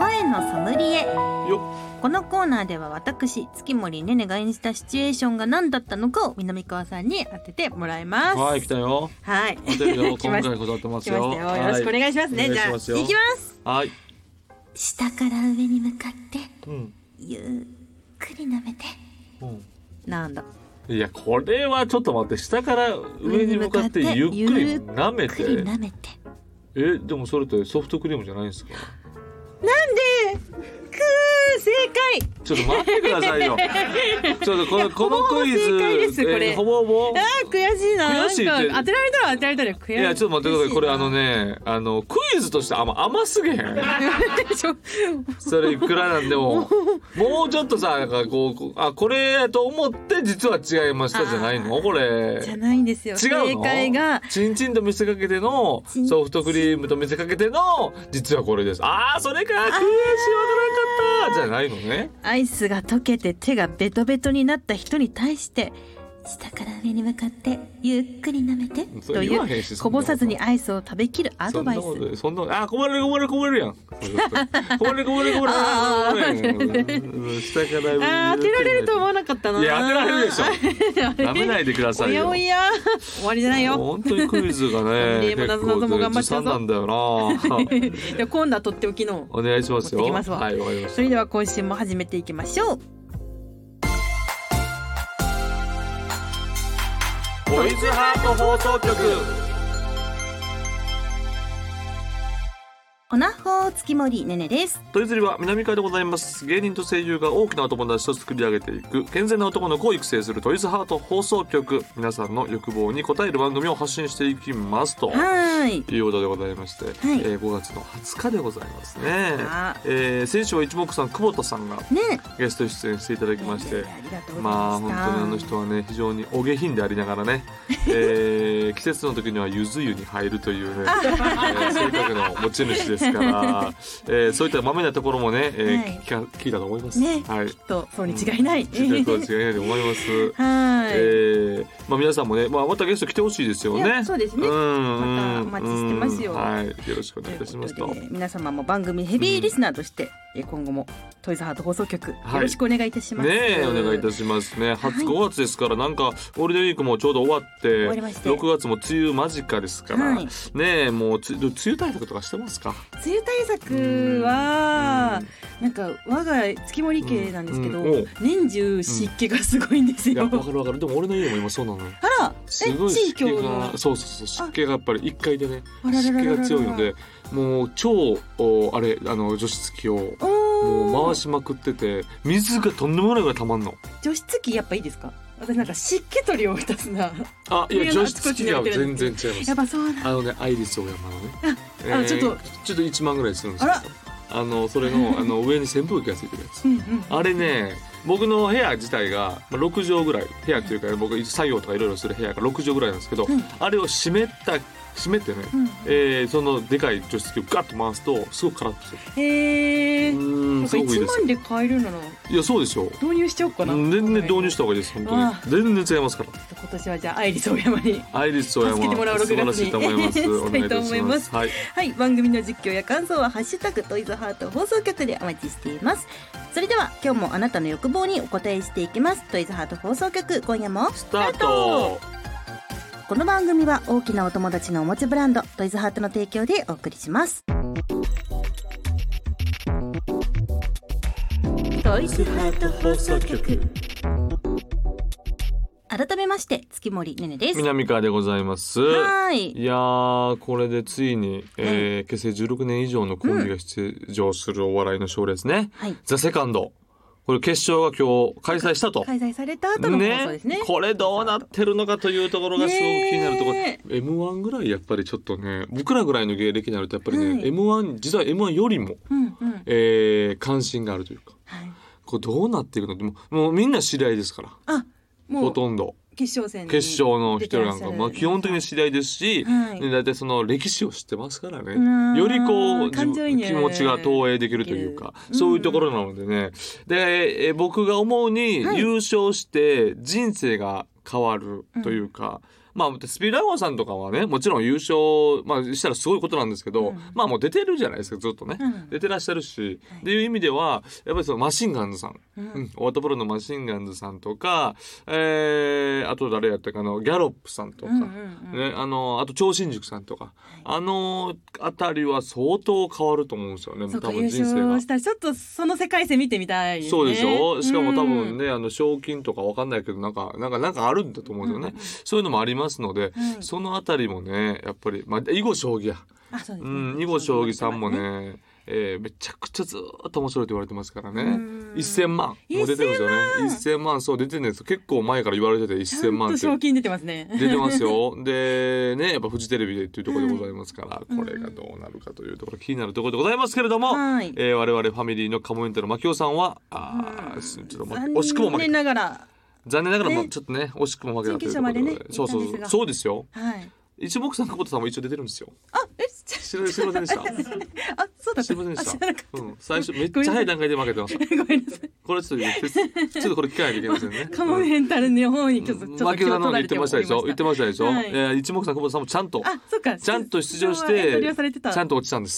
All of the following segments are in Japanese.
声のソムリエ。 よこのコーナーでは私月森ねねが演じたシチュエーションが何だったのかを南川さんに当ててもらいます。 はい来たよ。 はい当てるよ今回こだわってますよ。 来ましたよ。よろしくお願いしますね。 はいじゃあお願いしますよいきます。 はい、 下から上に向かってうんゆっくり舐めて。なんだ。 いやこれはちょっと待って、下から上に向かってゆっくり舐めゆっくりて、 舐めて。 でもそれってソフトクリームじゃないんですか？ 正解。 ちょっと待ってくださいよちょっとこのクイズほぼほぼ正解ですこれほぼほぼ悔しいな。 悔しいってなんか当てられたら悔しい。 いやちょっと待ってください。これクイズとして甘すぎへんそれいくらなんでももうちょっとさ、なんかこれやと思って実は違いましたじゃないの？これじゃないんですよ。 違うの？ 正解がチンチンと見せかけてのソフトクリームと見せかけての実はこれです。それか悔しい、わからんかったじゃないのね。 アイスが溶けて手がベトベトになった人に対して下から上に向かってゆっくり舐めてそというれ言わへんしこぼさずにアイスを食べきるアドバイス。 そんなこぼれるやんこぼれる下から当てられると思わなかったな。 いや当てられるでしょ舐めないでくださいよ。 おやおや終わりじゃないよ。 本当にクイズがねも謎々も頑張っちゃうぞずさんなんだよなで今度はとっておきのお願いしますよ。 持ってきますわはいわかりました。 それでは今週も始めていきましょう。 トイズハート放送局。 おなほ月森ねねです。 トイズリは南海でございます。芸人と声優が大きなお友達と作り上げていく健全な男の子を育成するトイズハート放送局。皆さんの欲望に応える番組を発信していきますとはいいうことでございまして、 はい 5月の20日でございますね。 あ先週は一目さん久保田さんがねゲスト出演していただきまして、 ありがとうございました。 本当にあの人はね非常にお下品でありながらね、季節の時には柚子湯に入るというね、性格の持ち主ですから、そういったまめなところもね、聞いたと思いますね、 はい、 きっとそうに違いない。 そう違いないと思いますはい、 皆さんもね、またゲスト来てほしいですよいやね。 そうですね、またお待ちしてますよ。 はい、よろしくお願いいたしますと。 ということで皆様も番組ヘビーリスナーとして、今後もトイズハート放送局よろしくお願いいたします。 ねお願いいたしますね。5月ですから、なんかゴールデンウィークもちょうど終わってわりまして 6月も梅雨間近ですから、 はいねもう梅雨対策とかしてますか？ 梅雨対策はなんか我が月森家なんですけど、年中湿気がすごいんですよ。 いやわかるわかる。でも俺の家も今そうなのよ。 あら、 すごい湿気がそう湿気がやっぱり1階でね湿気が強いので、もう超除湿機をもう回しまくってて、水がとんでもないぐらい溜まんの。 除湿機やっぱいいですか？私なんか湿気取りを出すな。 いや除湿機は全然違います。 やっぱそうだ。 アイリスオーヤマのね、ちょっと1万ぐらいするんですけど、それの上に扇風機がついてるやつあれね、僕の部屋自体が6畳ぐらい、部屋っていうか僕作業とかいろいろする部屋が6畳ぐらいなんですけど、あれを閉めてね、そのでかい除湿機をガッと回すとすごくカラッとする。すごくいいです。 1万で買えるならいやそうでしょう。 導入しちゃおうかな。 全然導入した方がいいです。本当に全然違いますから。 今年はじゃあアイリスオーヤマにアイリスオーヤマ助けてもらう6月に素晴らしいと思いますお願いいたします。はい、 番組の実況や感想はハッシュタグトイズハート放送局でお待ちしています。それでは今日もあなたの欲望にお答えしていきます。トイズハート放送局、今夜もスタート。 この番組は大きなお友達のおもちゃブランドトイズハートの提供でお送りします。トイズハート放送局、改めまして月森ねねです。 南川でございます。いやこれでついに、結成16年以上のコンビが出場するお笑いの賞レースね、ザ・セカンド、これ決勝が今日開催したと。 開催された後の放送ですね。 これどうなってるのかというところがすごく気になるところ、M1 ぐらいやっぱりちょっとね、僕らぐらいの芸歴になるとやっぱりね、実は M1 よりも、関心があるというか、これどうなっていくのって、もうみんな知り合いですから、ほとんど決勝の人なんか、基本的に知り合いですし、だいたいその歴史を知ってますからね、より気持ちが投影できるというか、そういうところなのでね。で、僕が思うに優勝して人生が変わるというか、 まあスピードワゴンさんとかはねもちろん優勝、したらすごいことなんですけど、もう出てるじゃないですかずっとね、出てらっしゃるし、っていう意味ではやっぱりそのマシンガンズさん、オワトプロのマシンガンズさんとか、あと誰やったかギャロップさんとか、ね、あと超新塾さんとか、あたりは相当変わると思うんですよね。 そうか、 多分人生が優勝したらちょっとその世界線見てみたいですね。 そうでしょ。しかも多分ね、賞金とかわかんないけどなんかあるんだと思うんですよね、そういうのもありますので、そのあたりもねやっぱり、囲碁将棋や、囲碁将棋さんもね、めちゃくちゃずっと面白いと言われてますからね。1000万もう出てるんですよね。1000万そう出てるんですよ。結構前から言われてて1000万って賞金出てますね。 出てますよ。でね、やっぱフジテレビでっていうところでございますから、これがどうなるかというところ気になるところでございますけれども、我々ファミリーのカモメンタル牧雄さんはちょっと惜しくも負けた。残念ながらもちょっとね惜しくも負けたというところで、そうですよ。一目散のことさんも一応出てるんですよ。知りませんでした。 そうだった。 知りませんでした。最初めっちゃ早い段階で負けてました。 ごめんなさい。 これちょっとこれ聞かないといけませんね。 カモメンタルの方にちょっと牧雄さんの方に言ってましたでしょ。言ってましたでしょ。一目散久保田さんもちゃんと出場してちゃんと落ちたんです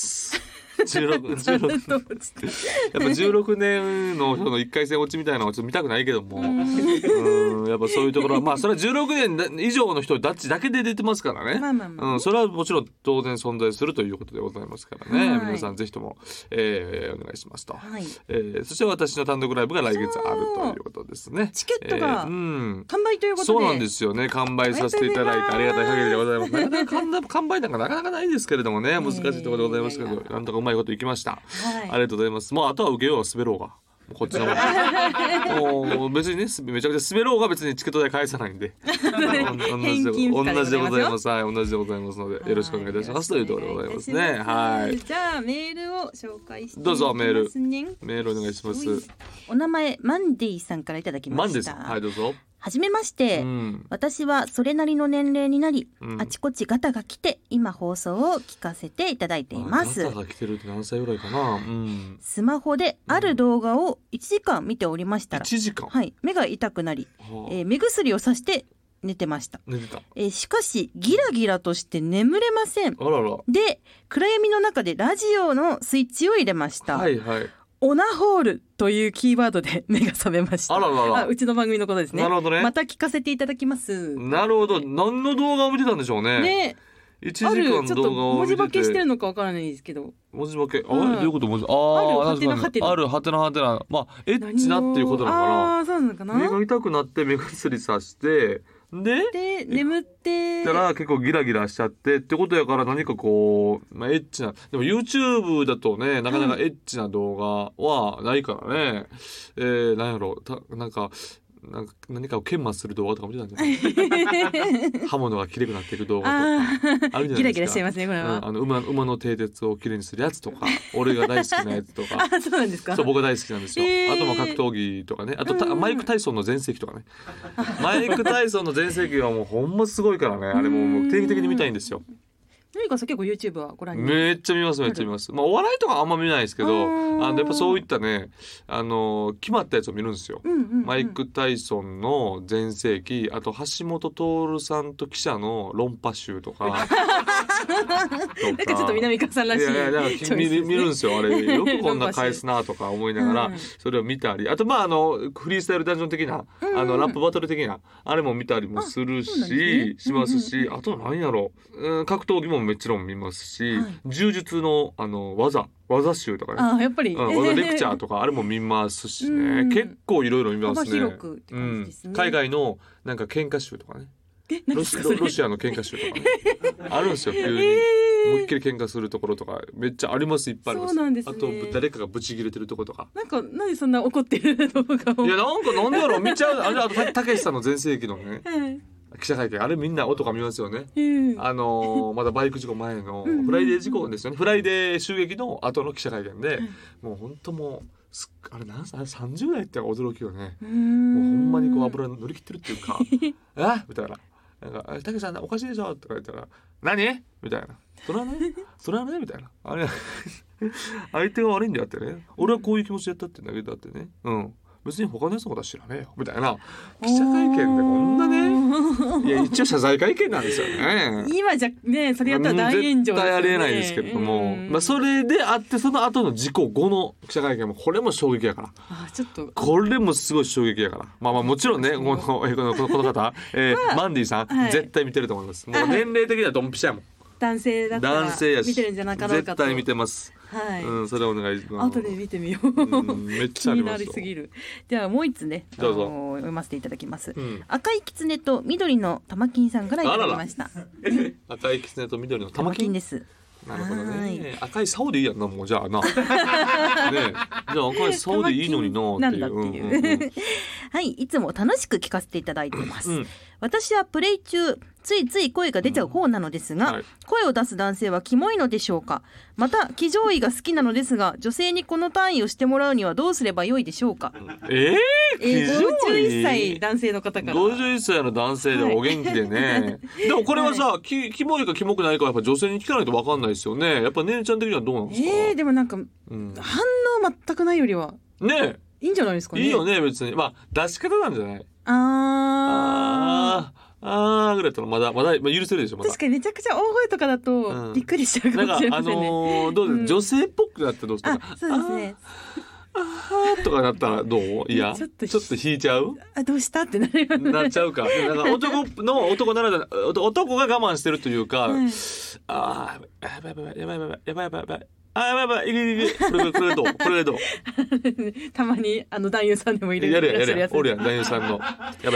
。16やっぱ16年の1回戦落ちみたいなのはちょっと見たくないけども、やっぱそういうところはそれは16年以上の人だけで出てますからね。それはもちろん当然存在するということでございますからね、皆さんぜひとも、お願いしますと、そして私の単独ライブが来月あるということですね。 チケットが完売ということで、 そうなんですよね。完売させていただいてありがたい限りでございます。なかなか完売なんかなかなかないですけれどもね、難しいところでございますけど、なんとかうまいこといきました。ありがとうございます。あとは受けようが滑ろうがこっちのもう別にねめちゃくちゃ滑ろうが別にチケット代返さないんで同じでございます。同じでございますのでよろしくお願いいたしますというところでございますね。 じゃあメールを紹介していきますね。 どうぞメールお願いします。 お名前マンディさんからいただきました。マンディさん、 はいどうぞ。 はじめまして、私はそれなりの年齢になり、あちこちガタが来て今放送を聞かせていただいています。 ガタが来てるって何歳ぐらいかな、 スマホである動画を1時間見ておりましたら、 1時間、 目が痛くなり、目薬をさして寝てました。しかしギラギラとして眠れません。で暗闇の中でラジオのスイッチを入れました。オナホールというキーワードで目が覚めました。うちの番組のことですね。なるほどね。また聞かせていただきます。 なるほど。何の動画を見てたんでしょうね。 ね。 1時間動画を見てて、 文字化けしてるのかわからないですけど。 文字化け、どういうこと文字？あるはてなはてな。エッチなっていうことなのかな。 そうなのかな。 目が痛くなって目薬さして。 で眠ってたら結構ギラギラしちゃってってことやから何かこう、エッチなでも YouTube だとねなかなかエッチな動画はないからね、なんやろ何かを研磨する動画とか見てたんじゃない刃物が切れくなっていく動画とかあるじゃないですか。 ギラギラしてますねこれは。 馬の蹄鉄をきれいにするやつとか俺が大好きなやつとかそうなんですか。 そう僕が大好きなんですよ。あと格闘技とかね、あとマイク・タイソンの全盛期とかねマイク・タイソンの全盛期はもうほんますごいからね、あれもう定期的に見たいんですよ。 何かさ結構 YouTube はご覧にめっちゃ見ます。お笑いとかあんま見ないですけど、やっぱそういったね決まったやつを見るんですよ。マイク・タイソンの全盛期、あと橋本徹さんと記者の論破集とかなんかちょっと南川さんらしい見るんですよ。あれよくこんな返すなとか思いながらそれを見たり、あとフリースタイルダンジョン的なラップバトル的なあれも見たりもするししますし、あと何やろ格闘技ももちろん見ますし、柔術の技集とかね、 やっぱり技レクチャーとかあれも見ますしね、結構いろいろ見ますね。 幅広くって感じですね。 海外のなんか喧嘩集とかね、ロシアの喧嘩集とかねあるんですよ。急に思いっきり喧嘩するところとかめっちゃあります。いっぱいあります。 そうなんですね。 あと誰かがブチ切れてるところとか。 何そんな怒ってる動画を。 いやなんでやろ見ちゃう。あとたけしさんの全盛期のね記者会見、あれみんな音が見ますよね。まだバイク事故前のフライデー事故ですよね。フライデー襲撃の後の記者会見で、もう本当もうあれ30代って驚きよね。もうほんまにこう油乗り切ってるっていうかみたいな。たけしさんおかしいでしょとか言ったら何みたいな。それはねみたいな。あれ相手が悪いんだよってね。俺はこういう気持ちでやったってんだけどだってね。 別に他のやつのことは知らねえよみたいな記者会見でこんなね、いや一応謝罪会見なんですよね。 今じゃねそれやったら大炎上ですよね。 絶対ありえないですけれども、まあそれであってその後の事故後の記者会見もこれも衝撃やから。 ちょっとこれもすごい衝撃やから。まあまあもちろんねこの方、マンディさん、絶対見てると思います。もう年齢的にはドンピシャやもん。 男性だったら見てるんじゃなかろうかと。 絶対見てます。 はい、 それお願いします。 後で見てみよう。めっちゃ気になりすぎる。ではもう一つね、読ませていただきます。赤い狐と緑の玉金さんからいただきました。 赤い狐と緑の玉金です。 なるほどね。赤い竿でいいやんなもうじゃあな。ね、じゃあ赤い竿でいいのになっていう。 はい、いつも楽しく聞かせていただいています。私はプレイ中ついつい声が出ちゃう方なのですが、声を出す男性はキモいのでしょうか。また騎乗位が好きなのですが、女性にこの単位をしてもらうにはどうすればよいでしょうか。51歳男性の方から。 51歳の男性でお元気でね。でもこれはさ、キモいかキモくないかはやっぱ女性に聞かないと分かんないですよね。やっぱ姉ちゃん的にはどうなんですか。 でもなんか、反応全くないよりはねいいんじゃないですかね。 いいよね別に。まあ出し方なんじゃない。ぐらいだったらまだ許せるでしょ。まだ確かにめちゃくちゃ大声とかだとびっくりしちゃうかもしれませんね。 どうです、女性っぽくなってどうすか。 そうですね。 とかなったらどう。いやちょっと引いちゃう。 どうしたってなるよね。 なっちゃうか。なんか男なら男が我慢してるというか、やばいやばいこれどうたまに男優さんでもいるやれおるやん男優さんのやば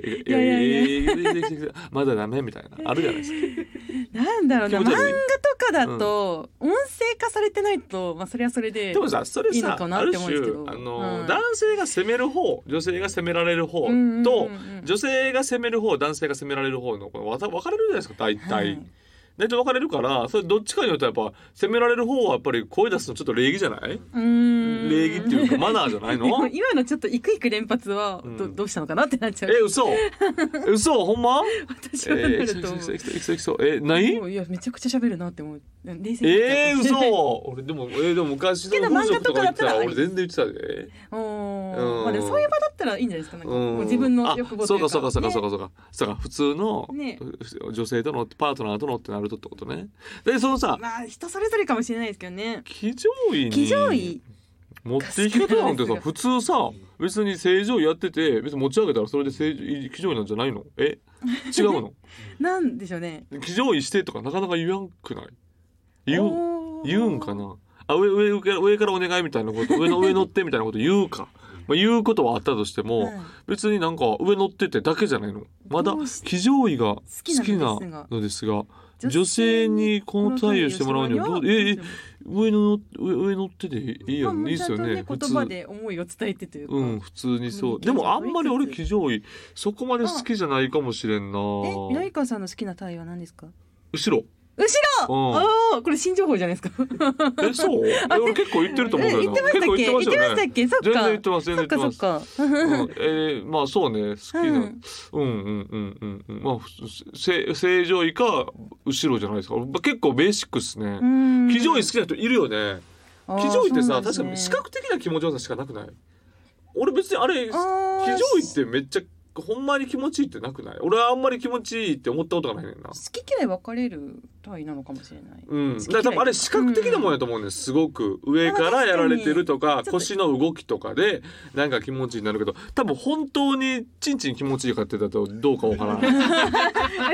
いまだダメみたいなあるじゃないですか。 なんだろうな、漫画とかだと音声化されてないとそれはそれでいいのかなって思うんですけど、 男性が責める方女性が責められる方と女性が責める方男性が責められる方の分かれるじゃないですか大体。大体分かれるから、それどっちかによってやっぱ責められる方はやっぱり声出すのちょっと礼儀じゃない？礼儀っていうかマナーじゃないの？ 今のちょっとイクイク連発はどうしたのかなってなっちゃう。 嘘ほんま？ 私はなるとない？ いやめちゃくちゃ喋るなって思う。 嘘。俺でも昔の風俗とか言ってたら俺全然言ってたで。でもそういう場だったらいいんじゃないですか。なんか自分の欲望というか。 そうか普通の女性とのパートナーとのってなるとってことね。でそのさ、 人それぞれかもしれないですけどね。 騎乗位持っていき方なんてさ普通さ別に正常位やってて別に持ち上げたらそれで騎乗位なんじゃないの？違うの？ なんでしょうね。 騎乗位してとかなかなか言わんくない？言うんかな。上からお願いみたいなこと上乗ってみたいなこと言うか。言うことはあったとしても、別になんか上乗ってってだけじゃないの。まだ騎乗位が好きなのですが、女性にこの対応してもらうにはどう上乗ってていいやん、いいですよね。 言葉で思いを伝えてというか。 普通にそう。でもあんまり俺騎乗位そこまで好きじゃないかもしれんな。 南川さんの好きな対応は何ですか？ 後ろ。 これ新情報じゃないですか。 そう？俺結構言ってると思うけど。 言ってましたっけ？そっか。 全然言ってます。まあそうね好きな。まあ正常位か後ろじゃないですか。結構ベーシックですね。騎乗位好きな人いるよね。騎乗位ってさ確かに視覚的な気持ちよさしかなくない？俺別にあれ騎乗位ってめっちゃほんまに気持ちいいってなくない？俺はあんまり気持ちいいって思ったことがないねんな。 好き嫌い分かれる体なのかもしれない。 だから多分あれ視覚的なもんやと思うんです。すごく上からやられてるとか腰の動きとかでなんか気持ちいいになるけど、多分本当にチンチン気持ちいいかって言ったらどうかわからない。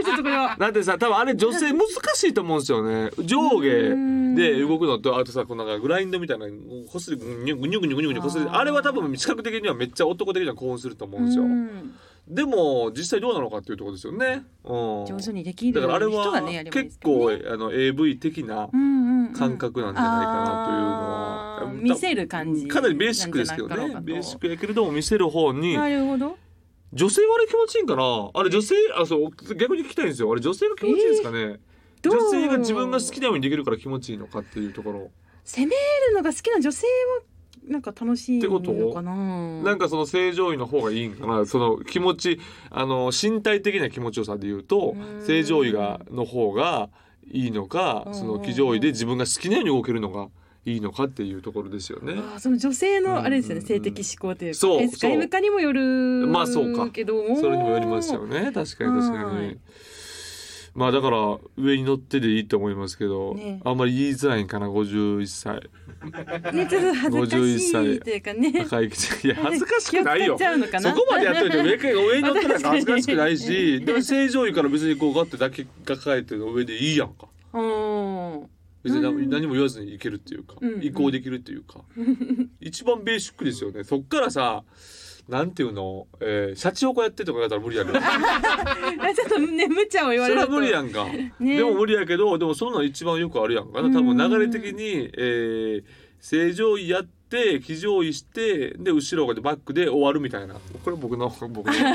ちょっとこれはだってさ、多分あれ女性難しいと思うんですよね。上下で動くのとあとさこのなんかグラインドみたいなこすりぐにゅぐにゅこすり、あれは多分視覚的にはめっちゃ男的には興奮すると思うんですよ。でも実際どうなのかっていうところですよね。 上手にできる人がね、 だからあれは結構AV 的な感覚なんじゃないかなというのは、 見せる感じかなりベーシックですけどね。ベーシックやけれども見せる方に。 なるほど。 女性はあれ気持ちいいんかな。あれ女性そう逆に聞きたいんですよ。あれ女性が気持ちいいんですかね。女性が自分が好きなようにできるから気持ちいいのかっていうところ。 攻めるのが好きな女性はなんか楽しいのかな。 なんかその正常位の方がいいんかな。その気持ち身体的な気持ちよさで言うと正常位の方がいいのか、その騎乗位で自分が好きなように動けるのがいいのかっていうところですよね。 その女性のあれですよね、性的指向というか、外部化にもよるそうかけどそれにもよりますよね。確かにだから上に乗ってでいいと思いますけど、あんまり言いづらいんかな。51歳ね、ちょっと恥ずかしいというかね。 いや恥ずかしくないよ。そこまでやっといて上に乗ってないから恥ずかしくないしでも正常位から別にこうガッてだけ抱えて上でいいやんか。別に何も言わずにいけるっていうか、移行できるっていうか一番ベーシックですよね。そっからさなんていうの、シャチホコやってとかやったら無理やけどちょっとね無茶を言われるとそれは無理やんか、でも無理やけどでもそんなの一番よくあるやんか。多分流れ的に、正常位やって騎乗位してで後ろでバックで終わるみたいな。これ僕の個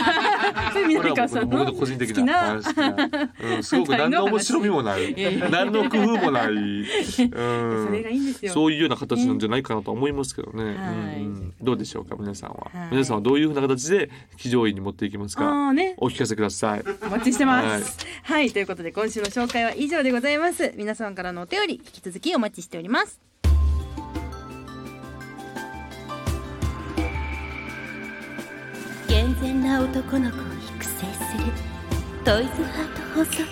人的な話すごく何の面白みもない何の工夫もないそれがいいんですよ。 そういうような形なんじゃないかなと思いますけどね。どうでしょうか皆さんは。皆さんはどういうふうな形で騎乗位に持っていきますか。お聞かせください。 お待ちしてます。はい、ということで今週の紹介は以上でございます。皆さんからのお便り引き続きお待ちしております。 健全な男の子を育成するトイズハート放送局。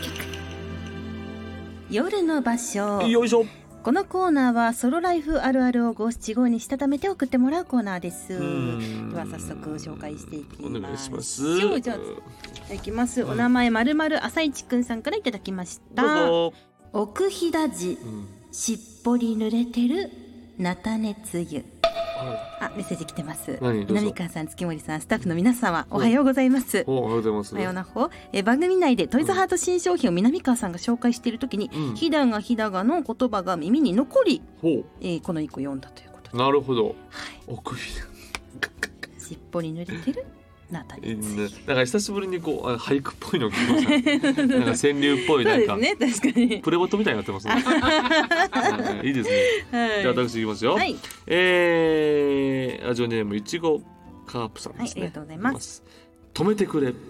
夜の場所。 よいしょ。 このコーナーはソロライフあるあるを五七五にしたためて送ってもらうコーナーです。では早速紹介していきます。 お願いします。 じゃあいきます。お名前まるまる朝市くんさんからいただきました。奥飛騨寺、しっぽり濡れてる菜種つゆ。メッセージ来てます。南川さん、月森さん、スタッフの皆様、おはようございます。 おはようございます。 おはようなほ。番組内でトイズハート新商品を南川さんが紹介しているときに、ひだがひだがの言葉が耳に残り、この一個読んだということで。 なるほど。奥飛騨。しっぽり濡れてる菜種つゆ。 なんか久しぶりにこう俳句っぽいの聞きました。なんか川柳っぽいなんか、 ね、確かにプレボトみたいになってますね。いいですね。じゃあ私いきますよ。ラジオネームいちごカープさんですね。 ありがとうございます。 止めてくれ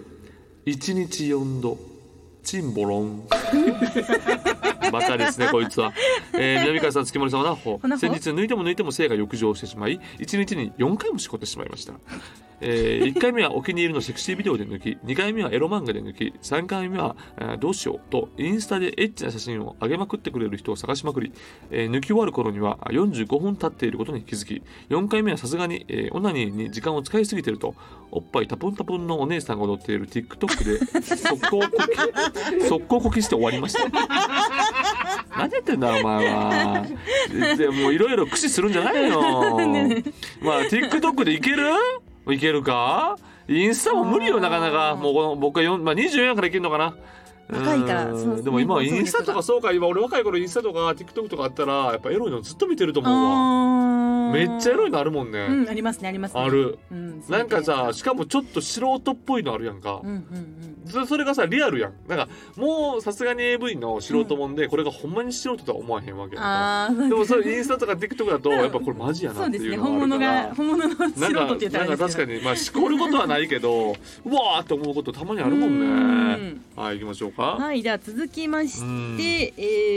1日4度チンボロン。バカですねこいつは。南川さん、月森さんは先日抜いても抜いても性が浴場してしまい1日に4回もしこってしまいました。1回目はお気に入りのセクシービデオで抜き、2回目はエロ漫画で抜き、3回目はどうしようとインスタでエッチな写真を上げまくってくれる人を探しまくり、抜き終わる頃には45分経っていることに気づき、4回目はさすがに、オナニーに時間を使いすぎていると、おっぱいタプンタプンのお姉さんが踊っている TikTok で速攻こきして終わりました。何やってんだお前は。でもういろいろ駆使するんじゃないよ。TikTok でいけるか。インスタも無理よなかなか。もう僕は24からいけるのかな。 若いからでも今はインスタとかそうか。今俺若い頃インスタとか TikTok とかあったらやっぱエロいのずっと見てると思うわ。めっちゃエロいのあるもんね。 ありますねありますね。 ある。なんかさしかもちょっと素人っぽいのあるやんか。それがさリアルやん。なんかもうさすがに AV の素人もんでこれがほんまに素人とは思わへんわけやんか。でもそれインスタとか TikTok だとやっぱこれマジやなっていうのがあるから。本物の素人って言ったらなんか確かにしこることはないけどうわーって思うことたまにあるもんね。はい、行きましょうか。 はい、じゃあ続きまして、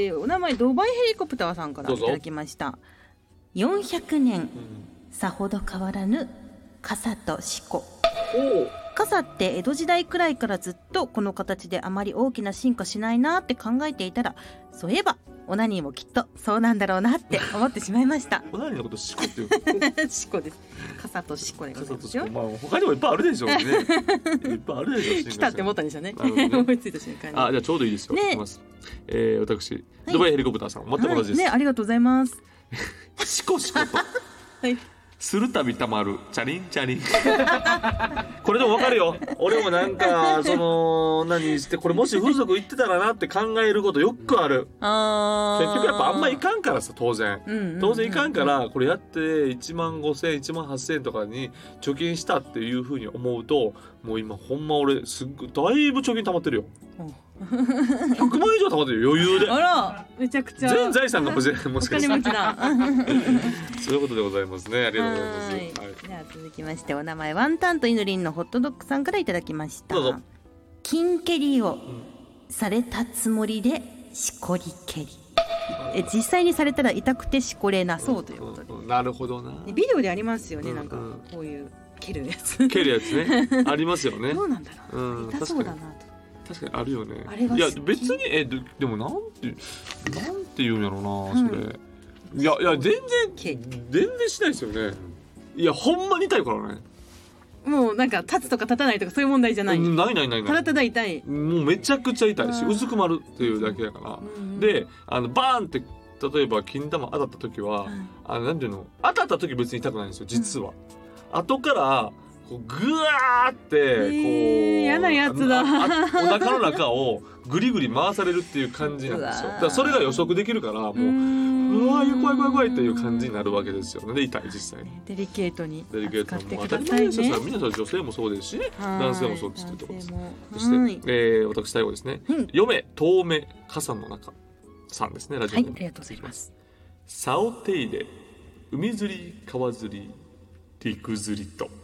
お名前ドバイヘリコプターさんからいただきました。400年、さほど変わらぬ傘と四股。傘って江戸時代くらいからずっとこの形であまり大きな進化しないなって考えていたら、そういえばオナニーもきっとそうなんだろうなって思ってしまいました。 オナニーのこと四股っていう四股です。傘と四股でございますよ。 他にもいっぱいあるでしょうね。いっぱいあるでしょう。 来たって思ったんでしょうね。思いついた瞬間に。 じゃあちょうどいいですよ。いきます。私ドバイヘリコプターさん全く同じです。 ね、ありがとうございます。 シコシコとするたびたまるチャリンチャリン。これでも分かるよ。俺もなんか何してこれもし風俗行ってたらなって考えることよくある。結局やっぱあんまいかんからさ当然いかんからこれやって1万5,000円1万8,000円とかに貯金したっていうふうに思うともう今ほんま俺すっごいだいぶ貯金溜まってるよ。100万以上溜まってるよ余裕で。 あらめちゃくちゃ全財産がもしかしたらそういうことでございますね。ありがとうございます。 じゃあ続きましてお名前ワンタンとイヌリンのホットドッグさんからいただきました。金蹴りをされたつもりでしこり蹴り。 実際にされたら痛くてしこれなそうということで、 なるほどな。 ビデオでありますよね、なんかこういう蹴るやつねありますよね。 どうなんだろう、痛そうだなと。 確かにあるよね。 あれがいや別にでもなんて言うんやろうな、それ。いや全然しないですよね。いやほんまに痛いからね。 もうなんか立つとか立たないとかそういう問題じゃない。 ない体が痛い。 もうめちゃくちゃ痛いし、うずくまるっていうだけやから。でバーンって例えば金玉当たった時は、なんていうの、当たった時別に痛くないんですよ実は。後からこうグワーってこう嫌なやつだ。 お腹の中をぐりぐり回されるっていう感じなんですよ。だからそれが予測できるからもうわー怖いっていう感じになるわけですよね。痛い実際に。 デリケートに扱ってくださいね。 皆さん女性もそうですしね、男性もそうですってところです。そして、私最後ですね。嫁遠目傘の中さんですね。ラジオネーム。 ありがとうございます。 サオテイで海釣り川釣り陸釣りと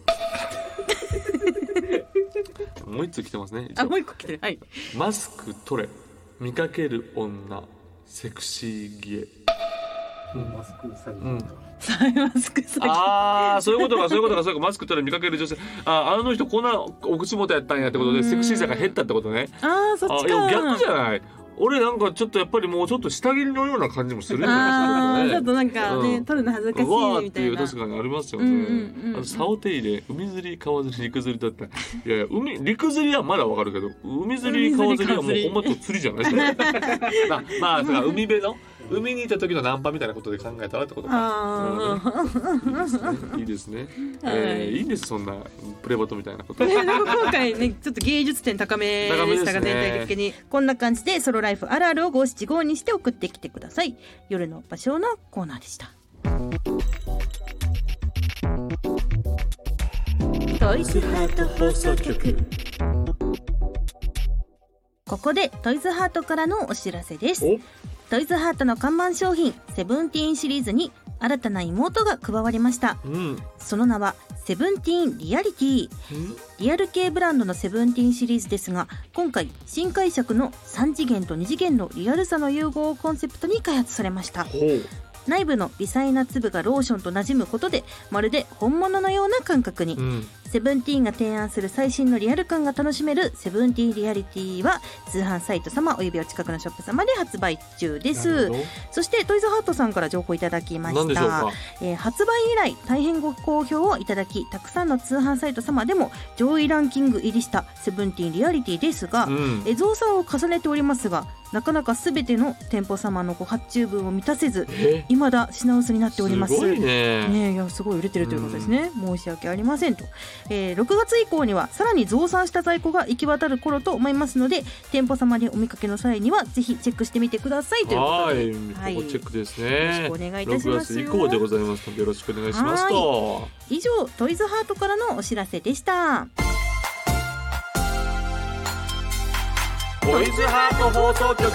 もう一つ来てますね。 もう一個来てる。はい。 マスク取れ見かける女セクシーギエ。 マスク詐欺。 マスク詐欺。 そういうことか。マスク取れ見かける女性。あの人こんなお口元やったんやってことでセクシーさが減ったってことね。 そっちか。 逆じゃない。俺なんかちょっとやっぱりもうちょっと下着のような感じもするよね。 ちょっとなんかね、撮るの恥ずかしいみたいな。 わーっていう確かにありますよね。サオテイで海釣り川釣り陸釣りだったら、いや陸釣りはまだわかるけど、海釣り川釣りはもうほんまと釣りじゃないですか。まあ海辺の海にいた時のナンパみたいなことで考えたらってことか。いいですね。いいんです、そんなプレバトみたいなこと。 今回ねちょっと芸術点高めでしたが、全体的にこんな感じでソロライフあるあるを五七五にして送ってきてください。夜の場所のコーナーでした。トイズハート放送局。ここでトイズハートからのお知らせです。トイズハートの看板商品セブンティーンシリーズに新たな妹が加わりました。その名はセブンティーンリアリティ。リアル系ブランドのセブンティーンシリーズですが、今回新解釈の3次元と2次元のリアルさの融合をコンセプトに開発されました。内部の微細な粒がローションと馴染むことでまるで本物のような感覚に、セブンティーンが提案する最新のリアル感が楽しめるセブンティーンリアリティは通販サイト様およびお近くのショップ様で発売中です。そしてトイズハートさんから情報いただきました。 何でしょうか。 発売以来大変ご好評をいただき、たくさんの通販サイト様でも上位ランキング入りしたセブンティーンリアリティですが、増産を重ねておりますが、なかなか全ての店舗様のご発注分を満たせず未だ品薄になっております。 すごいね。 いやすごい売れてるということですね。申し訳ありませんと。6月以降にはさらに増産した在庫が行き渡る頃と思いますので、店舗様でお見かけの際にはぜひチェックしてみてくださいということで、 はい、チェックですね。 よろしくお願いいたしますよ。 6月以降でございますのでよろしくお願いしますと。 以上トイズハートからのお知らせでした。 トイズハート放送局。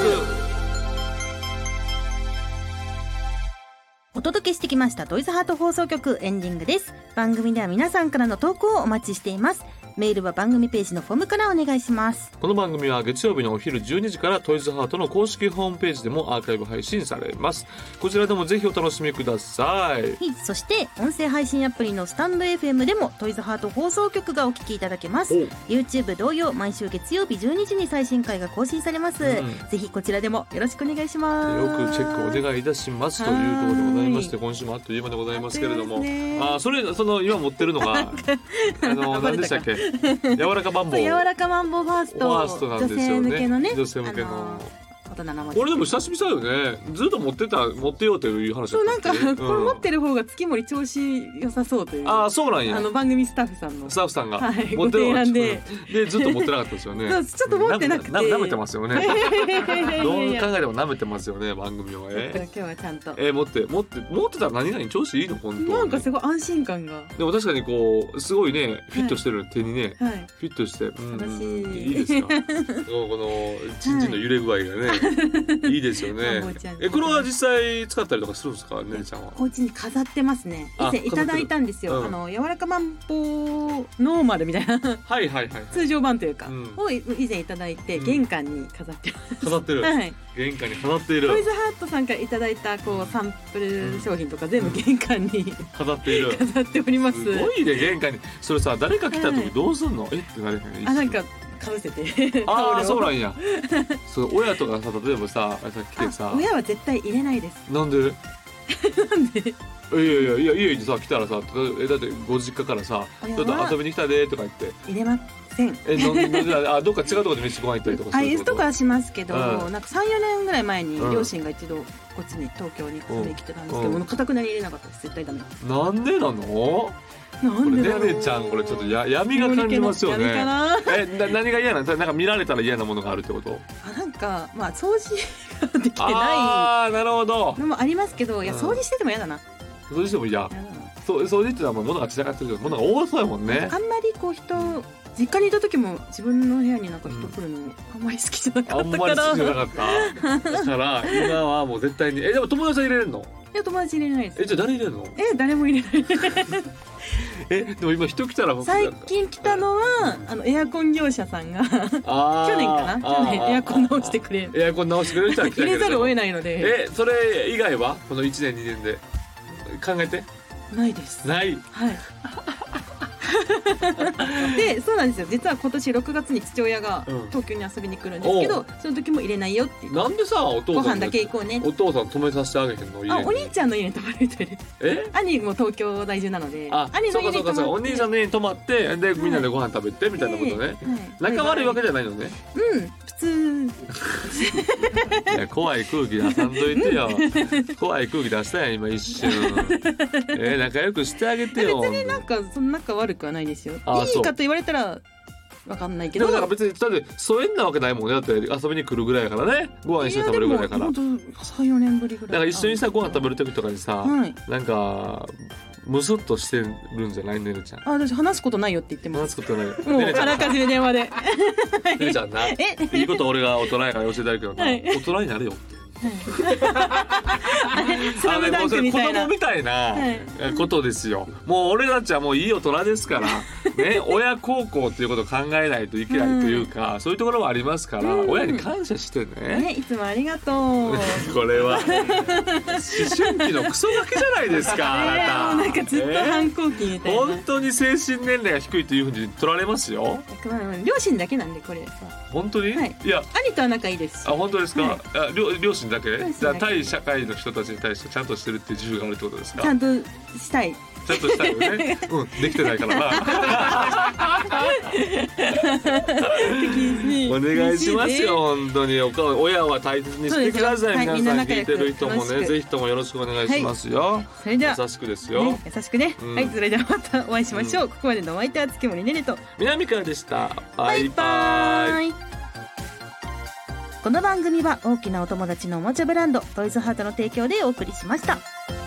お届けしてきましたトイズハート放送局エンディングです。番組では皆さんからの投稿をお待ちしています。メールは番組ページのフォームからお願いします。 この番組は月曜日のお昼12時からトイズハートの公式ホームページでもアーカイブ配信されます。こちらでもぜひお楽しみください。 そして音声配信アプリのスタンド FM でもトイズハート放送局がお聞きいただけます。 YouTube 同様毎週月曜日12時に最新回が更新されます。ぜひこちらでもよろしくお願いします。 よくチェックお願いいたしますというところでございまして、今週もあっという間でございますけれども、その今持ってるのが何でしたっけ、柔らかマンボウファーストなんですよね。 女性向けのね、 女性向けの大人なこれでも久しぶりだよね。ずっと持ってようという話だったっけ。 そうなんか、これ持ってる方が月森調子良さそうという。 そうなんや。 番組スタッフさんが持ってるご提案でずっと持ってなかったですよね。 ちょっと持ってなくて舐めてますよね。どう考えても舐めてますよね、番組を。 今日はちゃんと持ってたら何々調子いいの本当。 なんかすごい安心感が。 でも確かにこうすごいねフィットしてる、手にねフィットして、いいですか。このチンチンの揺れ具合がね。 いいですよね。これは実際使ったりとかするんですか、ねるちゃんは。 お家に飾ってますね。以前いただいたんですよ。柔らかマンボノーマルみたいなはいはいはい、 通常版というか、を以前いただいて玄関に飾ってます。 飾ってる。 はい。 玄関に飾っている。 トイズハートさんからいただいたこうサンプル商品とか全部玄関に飾っている。 飾っております。 すごいね、玄関に。それさ、誰か来た時どうすんの？ってなれへん。 なんかかぶせて。 ああ、そうなんや。そう親とかさ、例えばさ来てさ。 親は絶対入れないです。 なんで？ なんで？ いや家にさ来たらさ、だってご実家からさ、ちょっと遊びに来たでとか言って。 入れません。 どっか違うところで飯ご飯行ったりとかする。 いつとかはしますけど、なんか3、4年ぐらい前に両親が一度こっちに東京に遊びに来てたんですけど、固くなり入れなかったです。絶対ダメ。 なんでなの？ なんでだろう。 ねねちゃんこれちょっと闇が感じますよね。何が嫌なの？なんか見られたら嫌なものがあるってこと？ なんかまあ掃除ができてない。 なるほど。 のもありますけど、いや掃除してても嫌だな。 掃除しても嫌。掃除ってのはもう物が散らかってるけど、物が多そうやもんね。 あんまりこう実家にいた時も自分の部屋になんか人来るのあんまり好きじゃなかったから。 あんまり好きじゃなかった。だから今はもう絶対に。でも友達は入れるの？ いや友達入れないです。 じゃあ誰入れるの？ 誰も入れない。 でも今人来たら最近来たのはエアコン業者さんが去年かな、去年エアコン直してくれる。 エアコン直してくれる人は来たけど入れざるを得ないので。 それ以外はこの1年2年で考えてないです。 ない。 はい。でそうなんですよ。実は今年6月に父親が東京に遊びに来るんですけど、その時も入れないよって言って。 なんでさ、お父さんご飯だけ行こうね。 お父さん泊めさせてあげへんの？ お兄ちゃんの家に泊まる人で。兄も東京在住なので、兄の家に泊まって。 お兄さんの家に泊まってでみんなでご飯食べてみたいなことね。仲悪いわけじゃないのね。 普通。 いや怖い空気出さんといてよ。怖い空気出したやん今一瞬。仲良くしてあげてよ。 別になんかそんな仲悪くはないですよ。いいかと言われたらわかんないけど。 でもなんか別にだって疎遠なわけないもんね。だって遊びに来るぐらいやからね。ご飯一緒に食べるぐらいやから。 本当3、4年ぶりぐらい。 だから一緒にさご飯食べる時とかにさ、なんかムスッとしてるんじゃないねるちゃん。 私話すことないよって言ってます。 話すことない。 もうあらかじめ電話で。 ねるちゃんな。いいこと俺が大人やから教えてあるけどな。大人になるよって。 スラムダンクみたいな子供みたいなことですよ。もう俺たちはもういい大人ですからね。親孝行ということを考えないといけないというか、そういうところもありますから、親に感謝してね。 いつもありがとう。 これは思春期のクソガキじゃないですか。あなたなんかずっと反抗期みたいな。 本当に精神年齢が低いというふうに取られますよ。 両親だけなんでこれさ。 本当に？いや兄とは仲いいですし。 本当ですか？両親だけ？じゃあ対社会の人たちに対してちゃんとしてるっていう自負があるってことですか？ ちゃんとしたい。 ちゃんとしたいよね。できてないからな。お願いしますよ本当に。親は大切にしてください。皆さん聞いてる人もね、ぜひともよろしくお願いしますよ。 それでは優しくですよ。 優しくね。はい、それではまたお会いしましょう。ここまでのお相手は月森ねねと南川でした。バイバイ。 この番組は大きなお友達のおもちゃブランドトイズハートの提供でお送りしました。